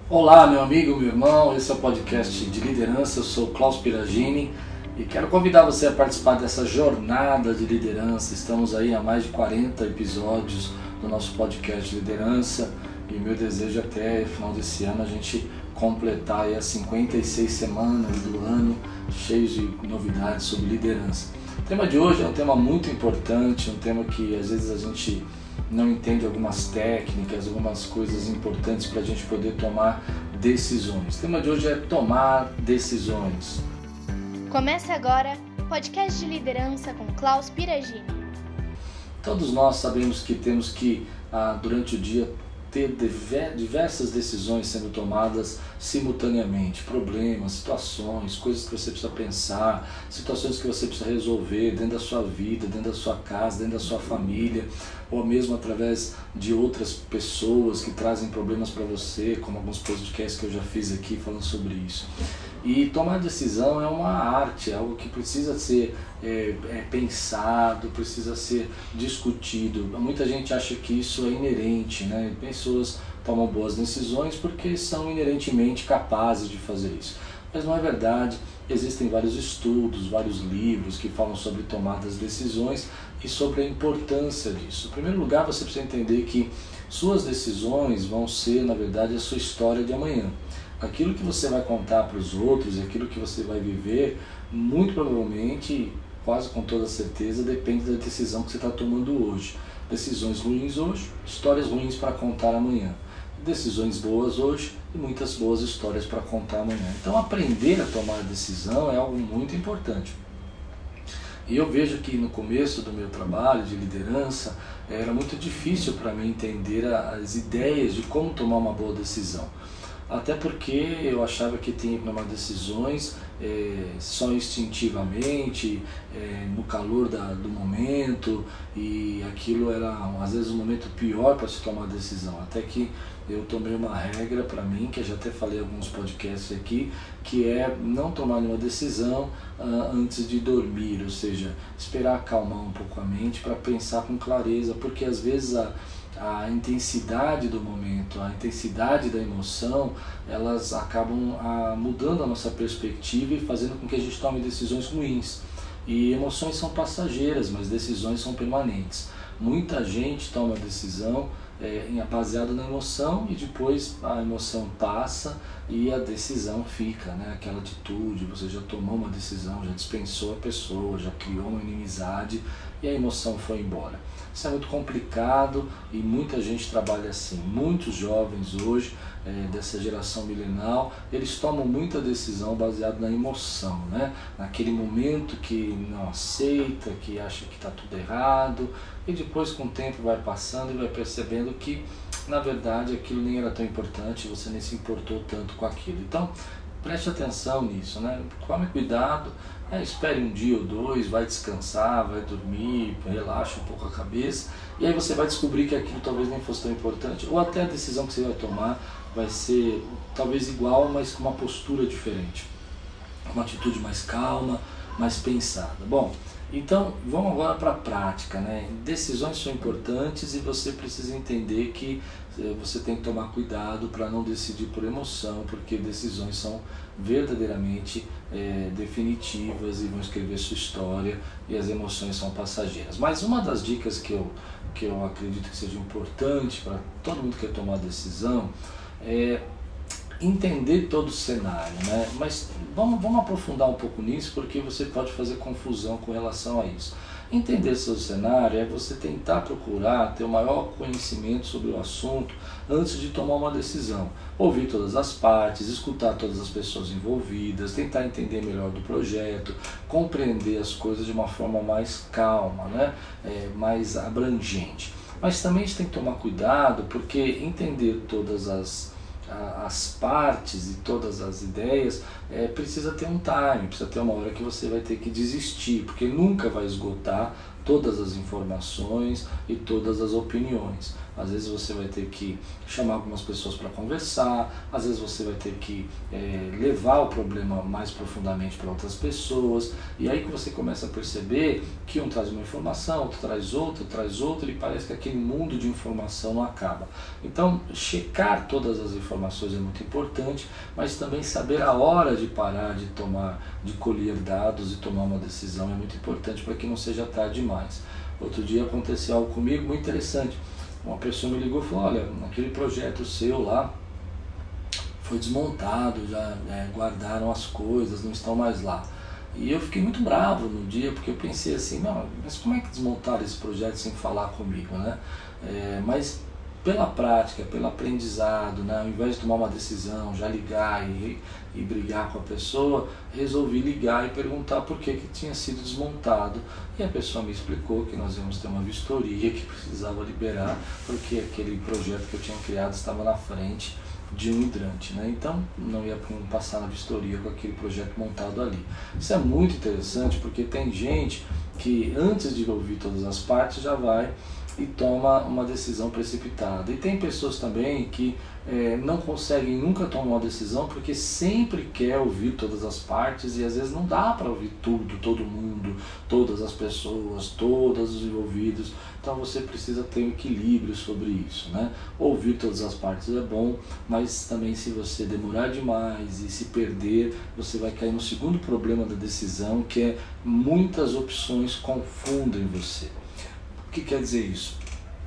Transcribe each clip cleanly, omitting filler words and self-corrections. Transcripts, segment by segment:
Olá, meu amigo, meu irmão, esse é o podcast de liderança, eu sou Klaus Piragini e quero convidar você a participar dessa jornada de liderança. Estamos aí há mais de 40 episódios do nosso podcast de liderança e meu desejo até final desse ano a gente completar aí as 56 semanas do ano cheios de novidades sobre liderança. O tema de hoje é um tema muito importante, um tema que às vezes a gente não entende algumas técnicas, algumas coisas importantes para a gente poder tomar decisões. O tema de hoje é tomar decisões. Começa agora o podcast de liderança com Klaus Piragini. Todos nós sabemos que temos que, durante o dia, ter diversas decisões sendo tomadas simultaneamente, problemas, situações, coisas que você precisa pensar, situações que você precisa resolver dentro da sua vida, dentro da sua casa, dentro da sua família, ou mesmo através de outras pessoas que trazem problemas para você, como alguns podcasts que eu já fiz aqui falando sobre isso. E tomar decisão é uma arte, é algo que precisa ser pensado, precisa ser discutido. Muita gente acha que isso é inerente, né? Pessoas tomam boas decisões porque são inerentemente capazes de fazer isso. Mas não é verdade. Existem vários estudos, vários livros que falam sobre tomadas de decisões e sobre a importância disso. Em primeiro lugar, você precisa entender que suas decisões vão ser, na verdade, a sua história de amanhã. Aquilo que você vai contar para os outros, aquilo que você vai viver, muito provavelmente, quase com toda certeza, depende da decisão que você está tomando hoje. Decisões ruins hoje, histórias ruins para contar amanhã. Decisões boas hoje e muitas boas histórias para contar amanhã. Então aprender a tomar decisão é algo muito importante. E eu vejo que no começo do meu trabalho de liderança era muito difícil para mim entender as ideias de como tomar uma boa decisão. Até porque eu achava que tinha que tomar decisões só instintivamente, no calor do momento, e aquilo era às vezes um momento pior para se tomar decisão. Até que eu tomei uma regra para mim, que eu já até falei em alguns podcasts aqui, que é não tomar nenhuma decisão antes de dormir, ou seja, esperar acalmar um pouco a mente para pensar com clareza, porque às vezes a intensidade do momento, a intensidade da emoção, elas acabam mudando a nossa perspectiva e fazendo com que a gente tome decisões ruins. E emoções são passageiras, mas decisões são permanentes. Muita gente toma decisão baseada na emoção e depois a emoção passa e a decisão fica, né? Aquela atitude, você já tomou uma decisão, já dispensou a pessoa, já criou uma inimizade e a emoção foi embora. Isso é muito complicado e muita gente trabalha assim. Muitos jovens hoje, dessa geração milenal, eles tomam muita decisão baseada na emoção, né? Naquele momento que não aceita, que acha que está tudo errado, e depois com o tempo vai passando e vai percebendo que na verdade aquilo nem era tão importante, você nem se importou tanto com aquilo. Então preste atenção nisso, né? Tome cuidado, espere um dia ou dois, vai descansar, vai dormir, relaxa um pouco a cabeça, e aí você vai descobrir que aquilo talvez nem fosse tão importante, ou até a decisão que você vai tomar vai ser talvez igual, mas com uma postura diferente, uma atitude mais calma, mais pensada. Bom, então vamos agora para a prática, né? Decisões são importantes e você precisa entender que você tem que tomar cuidado para não decidir por emoção, porque decisões são verdadeiramente definitivas e vão escrever sua história, e as emoções são passageiras. Mas uma das dicas que eu acredito que seja importante para todo mundo que quer tomar decisão é entender todo o cenário, né? Mas vamos aprofundar um pouco nisso, porque você pode fazer confusão com relação a isso. Entender seu cenário é você tentar procurar ter o maior conhecimento sobre o assunto antes de tomar uma decisão. Ouvir todas as partes, escutar todas as pessoas envolvidas, tentar entender melhor do projeto, compreender as coisas de uma forma mais calma, né? Mais abrangente. Mas também a gente tem que tomar cuidado, porque entender todas as partes e todas as ideias, precisa ter um time, precisa ter uma hora que você vai ter que desistir, porque nunca vai esgotar todas as informações e todas as opiniões. às vezes você vai ter que chamar algumas pessoas para conversar, às vezes você vai ter que levar o problema mais profundamente para outras pessoas, e aí que você começa a perceber que um traz uma informação, outro traz outra, e parece que aquele mundo de informação não acaba. Então, checar todas as informações é muito importante, mas também saber a hora de parar de colher dados e tomar uma decisão é muito importante para que não seja tarde demais. Outro dia aconteceu algo comigo muito interessante. Uma pessoa me ligou e falou: olha, aquele projeto seu lá foi desmontado, já guardaram as coisas, não estão mais lá. E eu fiquei muito bravo no dia, porque eu pensei assim, não, mas como é que desmontaram esse projeto sem falar comigo, né? Mas pela prática, pelo aprendizado, né, ao invés de tomar uma decisão, já ligar e brigar com a pessoa, resolvi ligar e perguntar por que tinha sido desmontado. E a pessoa me explicou que nós íamos ter uma vistoria, que precisava liberar, porque aquele projeto que eu tinha criado estava na frente de um hidrante, né? Então não ia passar na vistoria com aquele projeto montado ali. Isso é muito interessante, porque tem gente que antes de ouvir todas as partes já vai e toma uma decisão precipitada. E tem pessoas também que não conseguem nunca tomar uma decisão porque sempre quer ouvir todas as partes, e às vezes não dá para ouvir tudo, todo mundo, todas as pessoas, todos os envolvidos. Então você precisa ter um equilíbrio sobre isso, né? Ouvir todas as partes é bom, mas também se você demorar demais e se perder, você vai cair no segundo problema da decisão, que é muitas opções confundem você. O que quer dizer isso?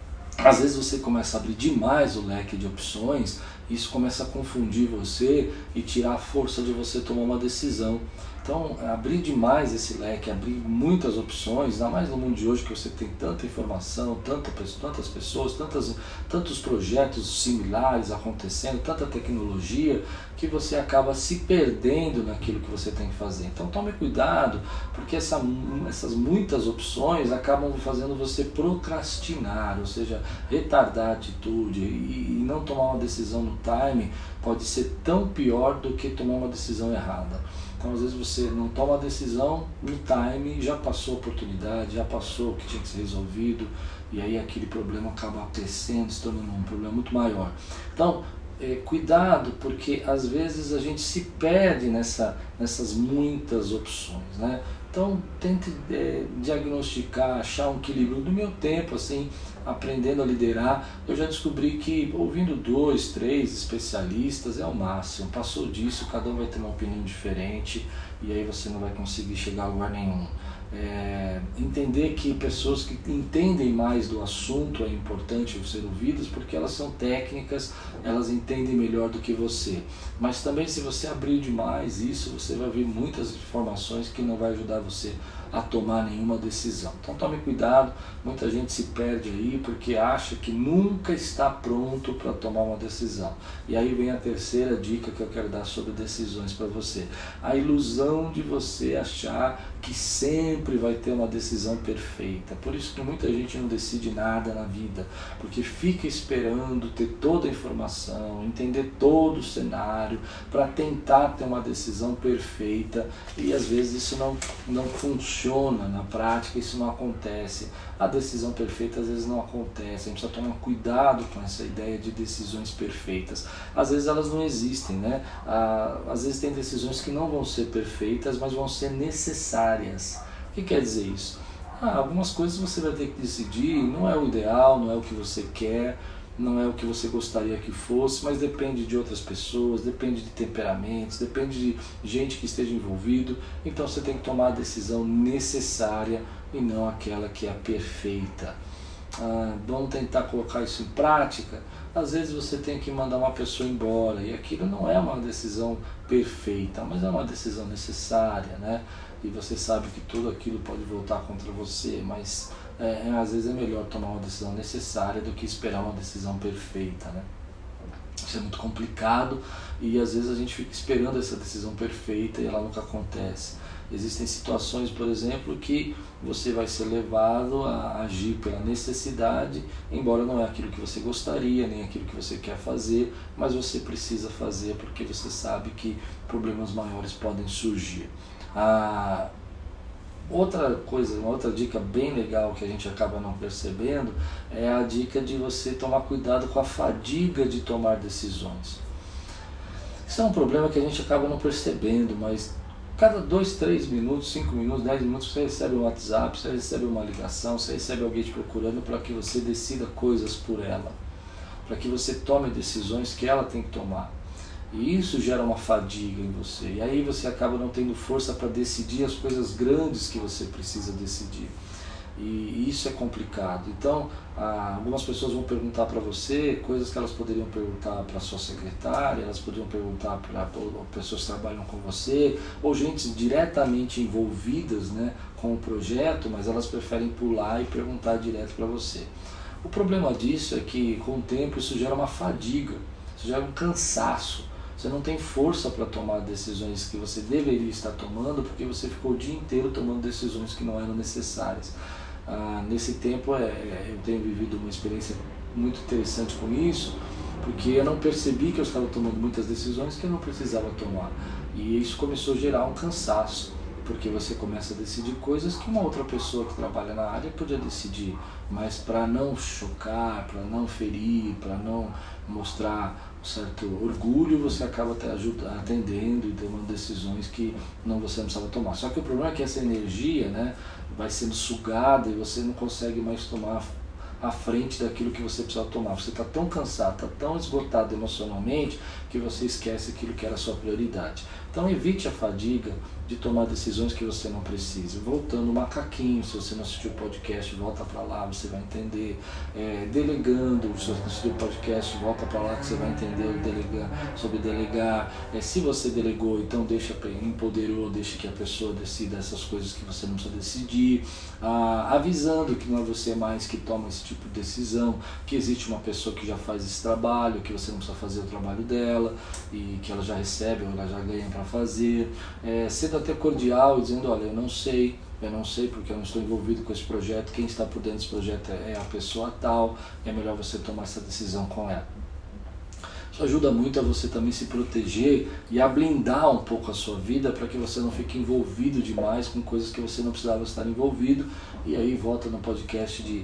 Às vezes você começa a abrir demais o leque de opções, e isso começa a confundir você e tirar a força de você tomar uma decisão. Então, abrir demais esse leque, abrir muitas opções, ainda mais no mundo de hoje que você tem tanta informação, tantas pessoas, tantos projetos similares acontecendo, tanta tecnologia, que você acaba se perdendo naquilo que você tem que fazer. Então tome cuidado, porque essas muitas opções acabam fazendo você procrastinar, ou seja, retardar a atitude, e não tomar uma decisão no time pode ser tão pior do que tomar uma decisão errada. Então às vezes você não toma a decisão no time, já passou a oportunidade, já passou o que tinha que ser resolvido, e aí aquele problema acaba crescendo, se tornando um problema muito maior. Então, cuidado, porque às vezes a gente se perde nessas muitas opções, né? Então tente diagnosticar, achar um equilíbrio. No meu tempo, assim, aprendendo a liderar, eu já descobri que ouvindo 2, 3 especialistas é o máximo. Passou disso, cada um vai ter uma opinião diferente, e aí você não vai conseguir chegar a lugar nenhum. Entender que pessoas que entendem mais do assunto é importante ser ouvidas, porque elas são técnicas, elas entendem melhor do que você. Mas também, se você abrir demais isso, você vai ver muitas informações que não vai ajudar você a tomar nenhuma decisão. Então tome cuidado, muita gente se perde aí porque acha que nunca está pronto para tomar uma decisão. E aí vem a terceira dica que eu quero dar sobre decisões para você. A ilusão de você achar que sempre vai ter uma decisão perfeita. Por isso que muita gente não decide nada na vida, porque fica esperando ter toda a informação, entender todo o cenário, para tentar ter uma decisão perfeita, e às vezes isso não funciona na prática, isso não acontece. A decisão perfeita às vezes não acontece, a gente precisa tomar cuidado com essa ideia de decisões perfeitas. Às vezes elas não existem, né? Às vezes tem decisões que não vão ser perfeitas, mas vão ser necessárias. O que quer dizer isso? Algumas coisas você vai ter que decidir, não é o ideal, não é o que você quer, não é o que você gostaria que fosse, mas depende de outras pessoas, depende de temperamentos, depende de gente que esteja envolvido. Então você tem que tomar a decisão necessária e não aquela que é a perfeita. Vamos tentar colocar isso em prática. Às vezes você tem que mandar uma pessoa embora, e aquilo não é uma decisão perfeita, mas é uma decisão necessária, né? E você sabe que tudo aquilo pode voltar contra você, mas às vezes é melhor tomar uma decisão necessária do que esperar uma decisão perfeita, né? Isso é muito complicado, e às vezes a gente fica esperando essa decisão perfeita e ela nunca acontece. Existem situações, por exemplo, que você vai ser levado a agir pela necessidade, embora não é aquilo que você gostaria, nem aquilo que você quer fazer, mas você precisa fazer porque você sabe que problemas maiores podem surgir. Outra coisa, uma outra dica bem legal que a gente acaba não percebendo é a dica de você tomar cuidado com a fadiga de tomar decisões. Isso é um problema que a gente acaba não percebendo, mas cada 2, 3 minutos, 5 minutos, 10 minutos você recebe um WhatsApp, você recebe uma ligação, você recebe alguém te procurando para que você decida coisas por ela, para que você tome decisões que ela tem que tomar. E isso gera uma fadiga em você, e aí você acaba não tendo força para decidir as coisas grandes que você precisa decidir. E isso é complicado. Então, algumas pessoas vão perguntar para você coisas que elas poderiam perguntar para a sua secretária, elas poderiam perguntar para pessoas que trabalham com você, ou gente diretamente envolvidas, né, com o projeto, mas elas preferem pular e perguntar direto para você. O problema disso é que, com o tempo, isso gera uma fadiga, isso gera um cansaço. Você não tem força para tomar decisões que você deveria estar tomando, porque você ficou o dia inteiro tomando decisões que não eram necessárias. Nesse tempo eu tenho vivido uma experiência muito interessante com isso, porque eu não percebi que eu estava tomando muitas decisões que eu não precisava tomar. E isso começou a gerar um cansaço, porque você começa a decidir coisas que uma outra pessoa que trabalha na área podia decidir, mas para não chocar, para não ferir, para não mostrar um certo orgulho, você acaba atendendo e tomando decisões que você não precisava tomar. Só que o problema é que essa energia, né, vai sendo sugada e você não consegue mais tomar à frente daquilo que você precisa tomar. Você está tão cansado, está tão esgotado emocionalmente que você esquece aquilo que era a sua prioridade. Então evite a fadiga de tomar decisões que você não precisa. Voltando o macaquinho, se você não assistiu o podcast, volta para lá, você vai entender. Delegando, se você não assistiu o podcast, volta para lá que você vai entender sobre delegar. Se você delegou, então empoderou, deixa que a pessoa decida essas coisas que você não precisa decidir. Avisando que não é você mais que toma esse tipo de decisão, que existe uma pessoa que já faz esse trabalho, que você não precisa fazer o trabalho dela e que ela já recebe ou ela já ganha para fazer. Sendo até cordial e dizendo, olha, eu não sei porque eu não estou envolvido com esse projeto, quem está por dentro desse projeto é a pessoa tal, é melhor você tomar essa decisão com ela. Isso ajuda muito a você também se proteger e a blindar um pouco a sua vida para que você não fique envolvido demais com coisas que você não precisava estar envolvido. E aí volta no podcast de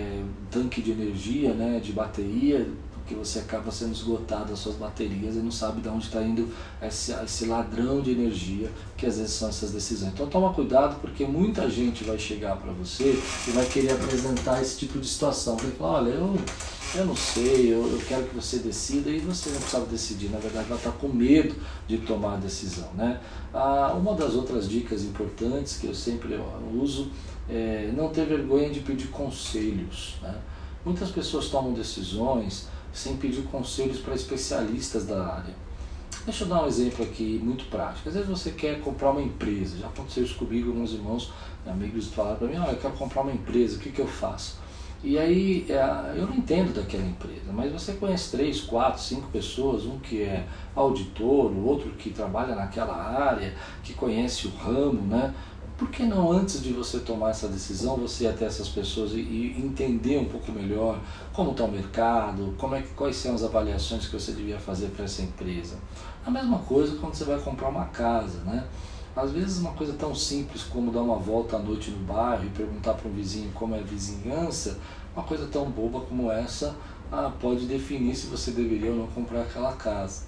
tanque de energia, né, de bateria, que você acaba sendo esgotado as suas baterias e não sabe de onde está indo esse ladrão de energia, que às vezes são essas decisões. Então toma cuidado, porque muita gente vai chegar para você e vai querer apresentar esse tipo de situação. Vai falar, olha, eu não sei, eu quero que você decida, e você não precisava decidir. Na verdade, ela está com medo de tomar a decisão, né? Uma das outras dicas importantes que eu sempre uso é não ter vergonha de pedir conselhos, né? Muitas pessoas tomam decisões sem pedir conselhos para especialistas da área. Deixa eu dar um exemplo aqui muito prático. Às vezes você quer comprar uma empresa, já aconteceu isso comigo, alguns irmãos, amigos falaram para mim, eu quero comprar uma empresa, o que eu faço? E aí, eu não entendo daquela empresa, mas você conhece 3, 4, 5 pessoas, um que é auditor, o outro que trabalha naquela área, que conhece o ramo, né? Por que não, antes de você tomar essa decisão, você ir até essas pessoas e entender um pouco melhor como está o mercado, quais são as avaliações que você devia fazer para essa empresa? A mesma coisa quando você vai comprar uma casa, né? Às vezes uma coisa tão simples como dar uma volta à noite no bairro e perguntar para um vizinho como é a vizinhança, uma coisa tão boba como essa pode definir se você deveria ou não comprar aquela casa.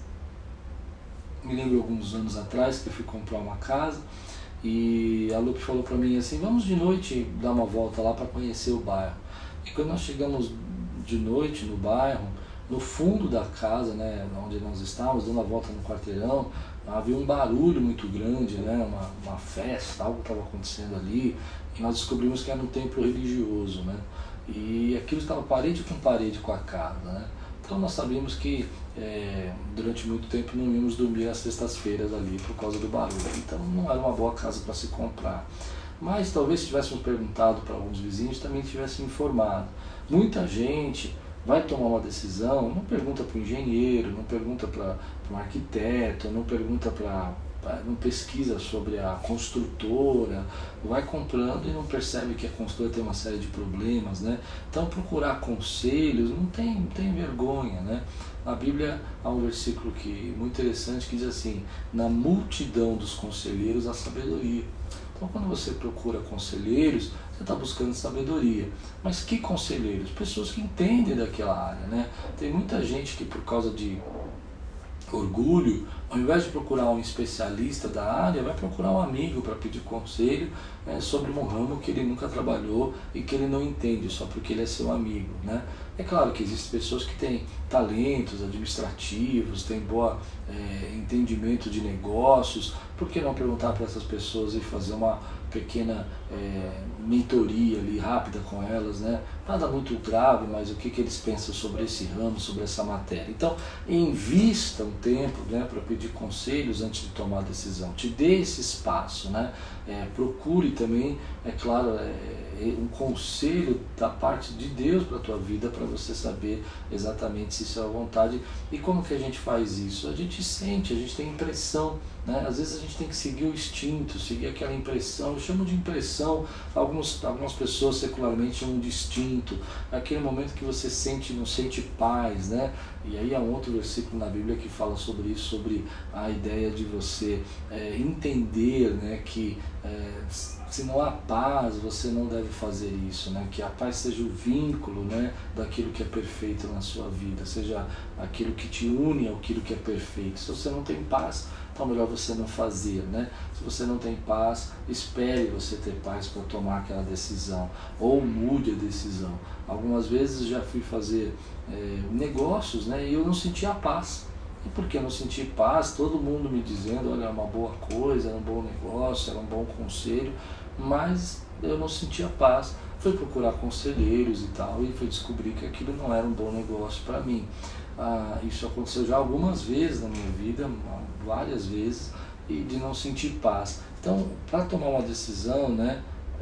Me lembro alguns anos atrás que eu fui comprar uma casa e a Lupe falou para mim assim, vamos de noite dar uma volta lá para conhecer o bairro. E quando nós chegamos de noite no bairro, no fundo da casa, né, onde nós estávamos, dando a volta no quarteirão, havia um barulho muito grande, né, uma festa, algo estava acontecendo ali, e nós descobrimos que era um templo religioso, né, e aquilo estava parede com a casa, né. Então nós sabíamos que durante muito tempo não íamos dormir às sextas-feiras ali por causa do barulho, então não era uma boa casa para se comprar. Mas talvez se tivéssemos perguntado para alguns vizinhos, também tivessem informado. Muita gente vai tomar uma decisão, não pergunta para o engenheiro, não pergunta para um arquiteto, não pesquisa sobre a construtora, vai comprando e não percebe que a construtora tem uma série de problemas, né? Então procurar conselhos, não tem vergonha, né? Na Bíblia há um versículo muito interessante que diz assim, na multidão dos conselheiros há sabedoria. Então quando você procura conselheiros, você está buscando sabedoria. Mas que conselheiros? Pessoas que entendem daquela área, né? Tem muita gente que por causa de orgulho, ao invés de procurar um especialista da área, vai procurar um amigo para pedir conselho sobre um ramo que ele nunca trabalhou e que ele não entende, só porque ele é seu amigo, né? É claro que existem pessoas que têm talentos administrativos, têm bom entendimento de negócios. Por que não perguntar para essas pessoas e fazer uma pequena mentoria ali rápida com elas, né? Nada muito grave, mas o que eles pensam sobre esse ramo, sobre essa matéria. Então, invista um tempo, né, para pedir conselhos antes de tomar a decisão. Te dê esse espaço, né? Procure também, é claro, um conselho da parte de Deus para a tua vida, para você saber exatamente se isso é a vontade. E como que a gente faz isso? A gente sente, a gente tem impressão, né? Às vezes a gente tem que seguir o instinto, seguir aquela impressão. Eu chamo de impressão, algumas pessoas secularmente chamam de instinto, aquele momento que você não sente paz, né? E aí há um outro versículo na Bíblia que fala sobre isso, sobre a ideia de você entender, né, que se não há paz, você não deve fazer isso, né? Que a paz seja o vínculo, né, daquilo que é perfeito na sua vida, seja aquilo que te une àquilo que é perfeito. Se você não tem paz, então melhor você não fazer, né? Se você não tem paz, espere você ter paz para tomar aquela decisão, ou mude a decisão. Algumas vezes já fui fazer negócios, né, e eu não sentia paz. E por que não senti paz? Todo mundo me dizendo, olha, é uma boa coisa, era um bom negócio, era um bom conselho, mas eu não sentia paz. Fui procurar conselheiros e tal, e fui descobrir que aquilo não era um bom negócio para mim. Isso aconteceu já algumas vezes na minha vida, várias vezes, e de não sentir paz. Então, para tomar uma decisão, né,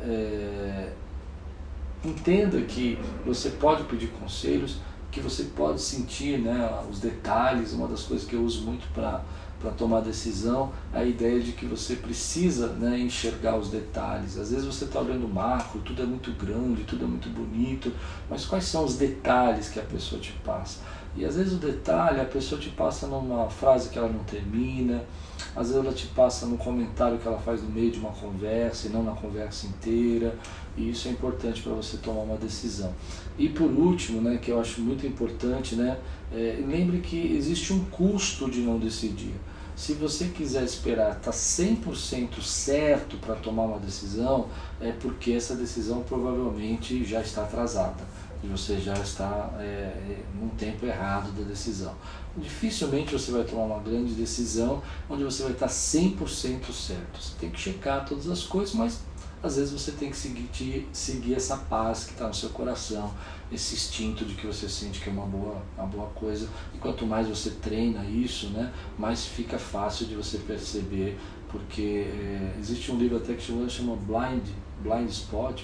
entenda que você pode pedir conselhos, que você pode sentir, né, os detalhes. Uma das coisas que eu uso muito para tomar decisão é a ideia de que você precisa, né, enxergar os detalhes. Às vezes você está olhando o macro, tudo é muito grande, tudo é muito bonito, mas quais são os detalhes que a pessoa te passa? E às vezes o detalhe, a pessoa te passa numa frase que ela não termina, às vezes ela te passa num comentário que ela faz no meio de uma conversa e não na conversa inteira, e isso é importante para você tomar uma decisão. E por último, né, que eu acho muito importante, né, lembre que existe um custo de não decidir. Se você quiser esperar estar 100% certo para tomar uma decisão, é porque essa decisão provavelmente já está atrasada, e você já está num tempo errado da decisão. Dificilmente você vai tomar uma grande decisão onde você vai estar 100% certo. Você tem que checar todas as coisas, mas às vezes você tem que seguir essa paz que está no seu coração, esse instinto de que você sente que é uma boa coisa. E quanto mais você treina isso, né, mais fica fácil de você perceber, porque existe um livro até que chama Blind Spot,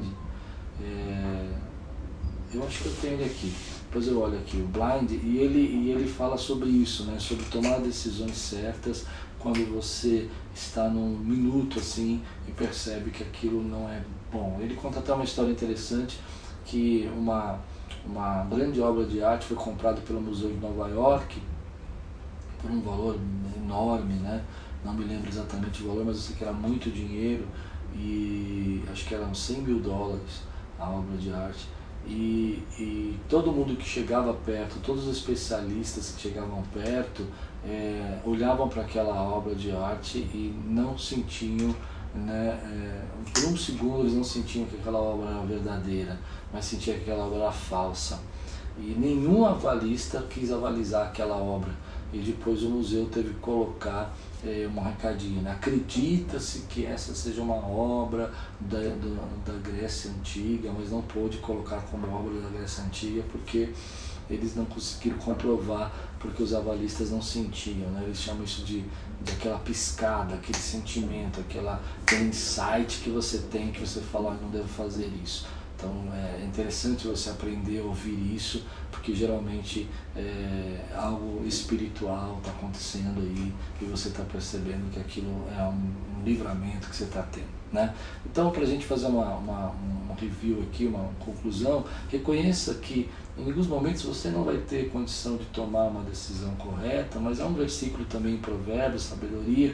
eu acho que eu tenho ele aqui, depois eu olho aqui, o Blind, e ele fala sobre isso, né, sobre tomar decisões certas quando você está num minuto assim e percebe que aquilo não é bom. Ele conta até uma história interessante, que uma grande obra de arte foi comprada pelo Museu de Nova York por um valor enorme, né? Não me lembro exatamente o valor, mas eu sei que era muito dinheiro, e acho que eram $100 mil a obra de arte. E todo mundo que chegava perto, todos os especialistas que chegavam perto, olhavam para aquela obra de arte e não sentiam, né, por um segundo eles não sentiam que aquela obra era verdadeira, mas sentiam que aquela obra era falsa. E nenhum avalista quis avalizar aquela obra. E depois o museu teve que colocar um recadinho, né? Acredita-se que essa seja uma obra da Grécia Antiga, mas não pôde colocar como obra da Grécia Antiga porque eles não conseguiram comprovar, porque os avalistas não sentiam, né? Eles chamam isso de aquela piscada, aquele sentimento, aquele insight que você tem, que você fala, não devo fazer isso. Então é interessante você aprender a ouvir isso, porque geralmente algo espiritual está acontecendo aí e você está percebendo que aquilo é um livramento que você está tendo, né? Então, para a gente fazer um review aqui, uma conclusão, reconheça que em alguns momentos você não vai ter condição de tomar uma decisão correta, mas há um versículo também em Provérbios, sabedoria,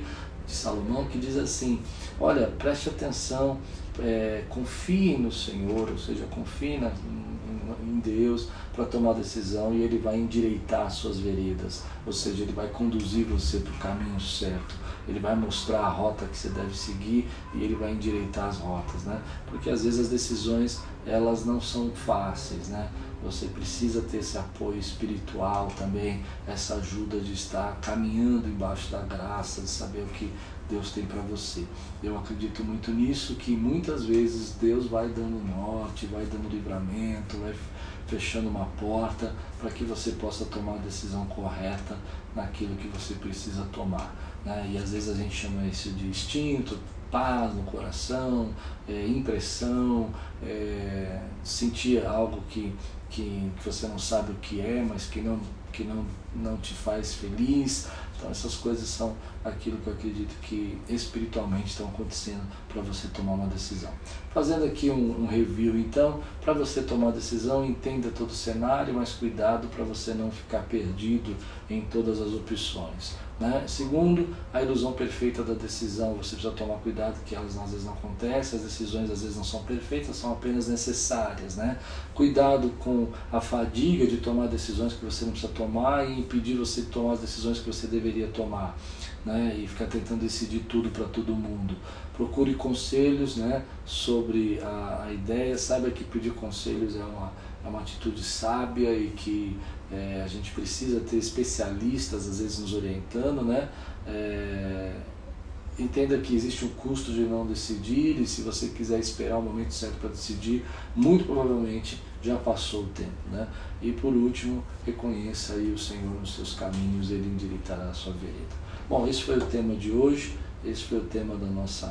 de Salomão, que diz assim: olha, preste atenção, confie no Senhor, ou seja, confie em Deus para tomar a decisão, e Ele vai endireitar as suas veredas, ou seja, Ele vai conduzir você para o caminho certo, Ele vai mostrar a rota que você deve seguir e Ele vai endireitar as rotas, né? Porque às vezes as decisões, elas não são fáceis, né? Você precisa ter esse apoio espiritual também, essa ajuda de estar caminhando embaixo da graça, de saber o que Deus tem para você. Eu acredito muito nisso, que muitas vezes Deus vai dando norte, vai dando livramento, vai fechando uma porta para que você possa tomar a decisão correta naquilo que você precisa tomar, né? E às vezes a gente chama isso de instinto, paz no coração, impressão, sentir algo que você não sabe o que é, mas que não te faz feliz. Então essas coisas são aquilo que eu acredito que espiritualmente estão acontecendo para você tomar uma decisão. Fazendo aqui um review então, para você tomar uma decisão, entenda todo o cenário, mas cuidado para você não ficar perdido em todas as opções, né? Segundo, a ilusão perfeita da decisão, você precisa tomar cuidado que elas às vezes não acontecem, as decisões às vezes não são perfeitas, são apenas necessárias, né? Cuidado com a fadiga de tomar decisões que você não precisa tomar e impedir você de tomar as decisões que você deveria tomar, né? E ficar tentando decidir tudo para todo mundo. Procure conselhos, né, sobre a ideia, saiba que pedir conselhos é uma atitude sábia e que a gente precisa ter especialistas às vezes nos orientando, né? Entenda que existe um custo de não decidir, e se você quiser esperar o momento certo para decidir, muito provavelmente já passou o tempo, né? E por último, reconheça aí o Senhor nos seus caminhos, Ele endireitará a sua vereda. Bom, esse foi o tema de hoje, esse foi o tema do nosso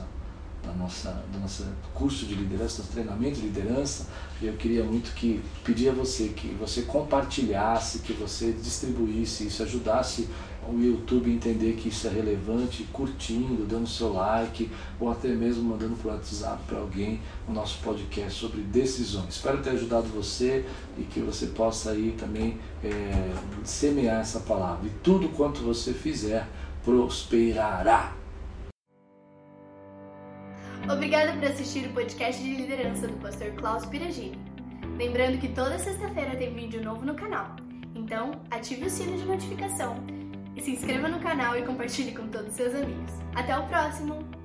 curso de liderança, nosso treinamento de liderança. E eu queria muito pedir a você que você compartilhasse, que você distribuísse isso, ajudasse o YouTube a entender que isso é relevante, curtindo, dando seu like, ou até mesmo mandando por WhatsApp para alguém o nosso podcast sobre decisões. Espero ter ajudado você e que você possa aí também semear essa palavra. E tudo quanto você fizer, prosperará. Obrigada por assistir o podcast de liderança do pastor Klaus Piragini. Lembrando que toda sexta-feira tem vídeo novo no canal. Então, ative o sino de notificação e se inscreva no canal e compartilhe com todos os seus amigos. Até o próximo!